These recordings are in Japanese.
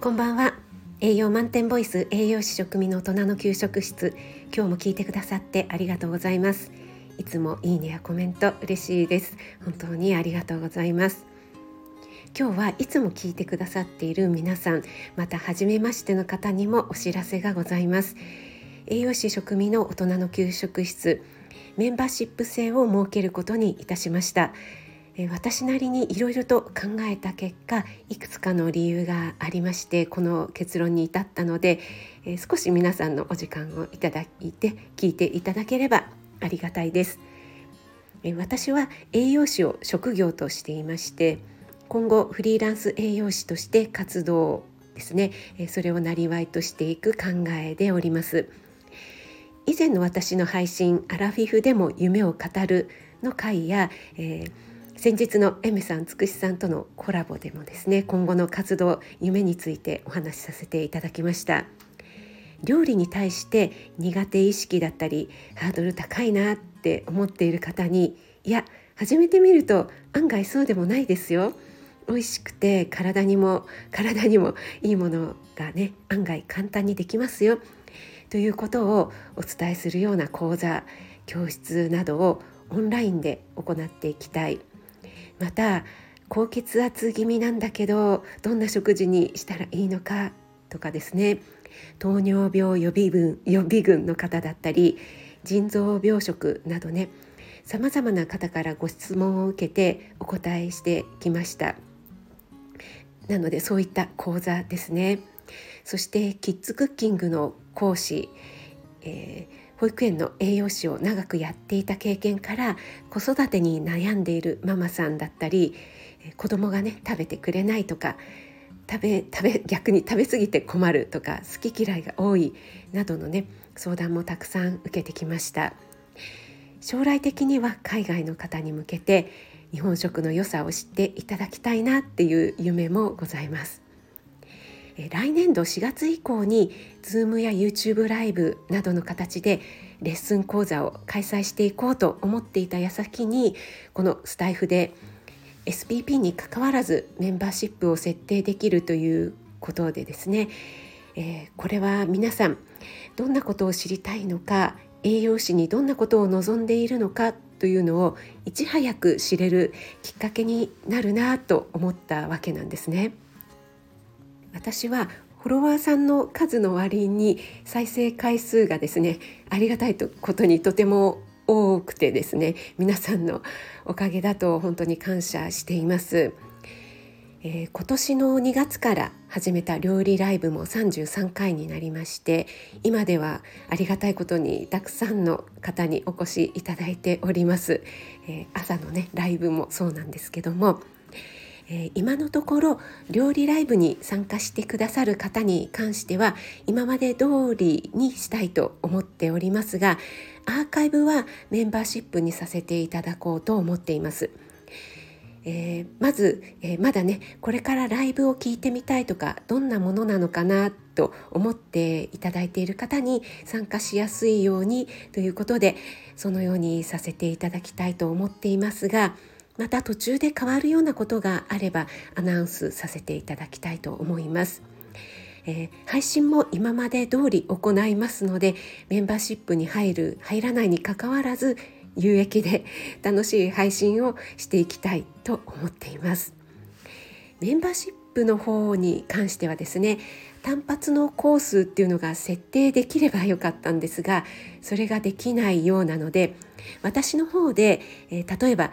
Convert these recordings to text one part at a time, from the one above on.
こんばんは。栄養満点ボイス栄養士食味の大人の給食室、今日も聞いてくださってありがとうございます。いつもいいねやコメント嬉しいです。本当にありがとうございます。今日はいつも聞いてくださっている皆さん、また初めましての方にもお知らせがございます。栄養士食味の大人の給食室、メンバーシップ制を設けることにいたしました。私なりにいろいろと考えた結果、いくつかの理由がありまして、この結論に至ったので、少し皆さんのお時間をいただいて聞いていただければありがたいです。私は栄養士を職業としていまして、今後フリーランス栄養士として活動ですね、それを生業としていく考えでおります。以前の私の配信アラフィフでも夢を語るの回や、先日のエメさんつくしさんとのコラボでもですね、今後の活動夢についてお話しさせていただきました。料理に対して苦手意識だったりハードル高いなって思っている方に、いや始めてみると案外そうでもないですよ、美味しくて体にもいいものがね、案外簡単にできますよということをお伝えするような講座、教室などをオンラインで行っていきたい。また高血圧気味なんだけどどんな食事にしたらいいのかとかですね、糖尿病予備軍の方だったり腎臓病食などね、さまざまな方からご質問を受けてお答えしてきました。なのでそういった講座ですね。そしてキッズクッキングの講師、保育園の栄養士を長くやっていた経験から、子育てに悩んでいるママさんだったり、子供がね食べてくれないとか、逆に食べ過ぎて困るとか、好き嫌いが多いなどのね相談もたくさん受けてきました。将来的には海外の方に向けて日本食の良さを知っていただきたいなっていう夢もございます。来年度4月以降に Zoom や YouTube ライブなどの形でレッスン講座を開催していこうと思っていた矢先に、このスタイフで SPP に関わらずメンバーシップを設定できるということでですね、これは皆さんどんなことを知りたいのか、栄養士にどんなことを望んでいるのかというのをいち早く知れるきっかけになるなと思ったわけなんですね。私はフォロワーさんの数の割に再生回数がですね、ありがたいことにとても多くてですね、皆さんのおかげだと本当に感謝しています。今年の2月から始めた料理ライブも33回になりまして、今ではありがたいことにたくさんの方にお越しいただいております。朝のねライブもそうなんですけども、今のところ料理ライブに参加してくださる方に関しては今まで通りにしたいと思っておりますが、アーカイブはメンバーシップにさせていただこうと思っています。まず、まだねこれからライブを聞いてみたいとか、どんなものなのかなと思っていただいている方に参加しやすいようにということで、そのようにさせていただきたいと思っていますが、また途中で変わるようなことがあればアナウンスさせていただきたいと思います。配信も今まで通り行いますので、メンバーシップに入らないにかかわらず有益で楽しい配信をしていきたいと思っています。メンバーシップの方に関してはですね、単発のコースっていうのが設定できればよかったんですが、それができないようなので、私の方で、例えば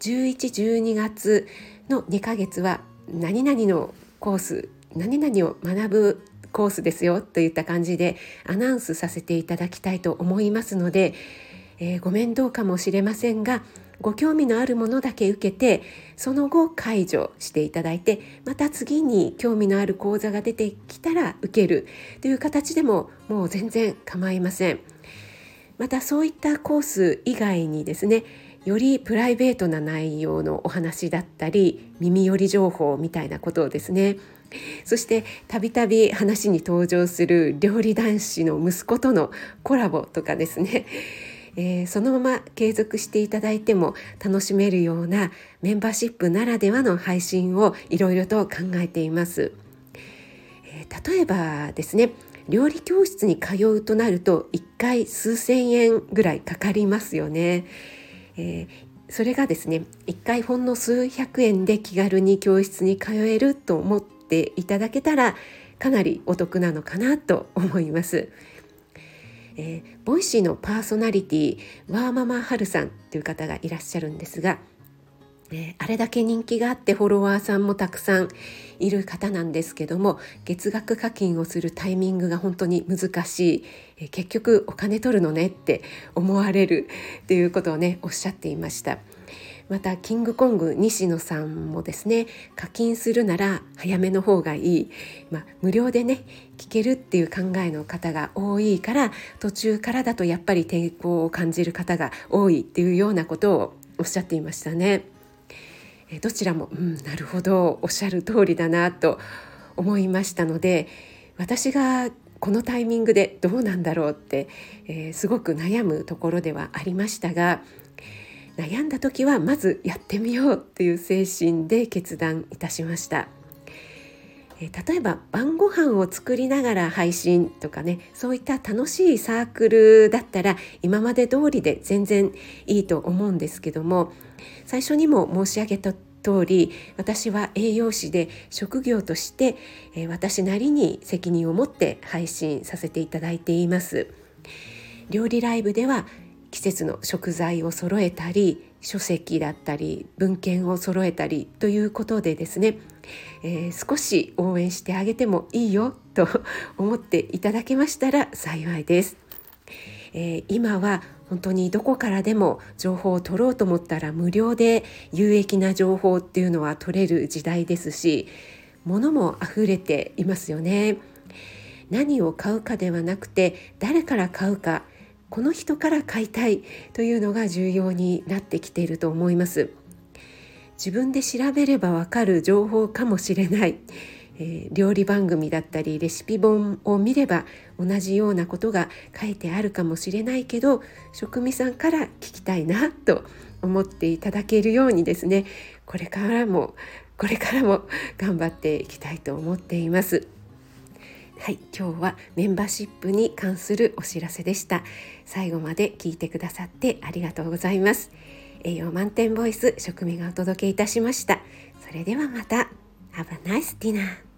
11、12月の2ヶ月は何々のコース、何々を学ぶコースですよといった感じでアナウンスさせていただきたいと思いますので、ご面倒かもしれませんが、ご興味のあるものだけ受けて、その後解除していただいて、また次に興味のある講座が出てきたら受けるという形でももう全然構いません。またそういったコース以外にですね、よりプライベートな内容のお話だったり、耳寄り情報みたいなことをですね、そしてたびたび話に登場する料理男子の息子とのコラボとかですね、そのまま継続していただいても楽しめるようなメンバーシップならではの配信をいろいろと考えています。 例えばですね、料理教室に通うとなると1回数千円ぐらいかかりますよね。それがですね、1回ほんの数百円で気軽に教室に通えると思っていただけたらかなりお得なのかなと思います。ボイシーのパーソナリティワーママハルさんという方がいらっしゃるんですが、あれだけ人気があってフォロワーさんもたくさんいる方なんですけども、月額課金をするタイミングが本当に難しい、結局お金取るのねって思われるということをねおっしゃっていました。またキングコング西野さんもですね、課金するなら早めの方がいい、無料でね聞けるっていう考えの方が多いから、途中からだとやっぱり抵抗を感じる方が多いっていうようなことをおっしゃっていましたね。どちらも、なるほどおっしゃる通りだなと思いましたので、私がこのタイミングでどうなんだろうって、すごく悩むところではありましたが、悩んだ時はまずやってみようという精神で決断いたしました。例えば晩ご飯を作りながら配信とかね、そういった楽しいサークルだったら今まで通りで全然いいと思うんですけども、最初にも申し上げた通り、私は栄養士で職業として、私なりに責任を持って配信させていただいています。料理ライブでは季節の食材を揃えたり、書籍だったり文献を揃えたりということでですね、少し応援してあげてもいいよと思っていただけましたら幸いです。今は本当にどこからでも情報を取ろうと思ったら無料で有益な情報っていうのは取れる時代ですし、物も溢れていますよね。何を買うかではなくて誰から買うか、この人から買いたいというのが重要になってきていると思います。自分で調べればわかる情報かもしれない、料理番組だったりレシピ本を見れば同じようなことが書いてあるかもしれないけど、食味さんから聞きたいなと思っていただけるようにですね、これからも頑張っていきたいと思っています。はい、今日はメンバーシップに関するお知らせでした。最後まで聞いてくださってありがとうございます。栄養満点ボイス食味がお届けいたしました。それではまた。Have a nice dinner.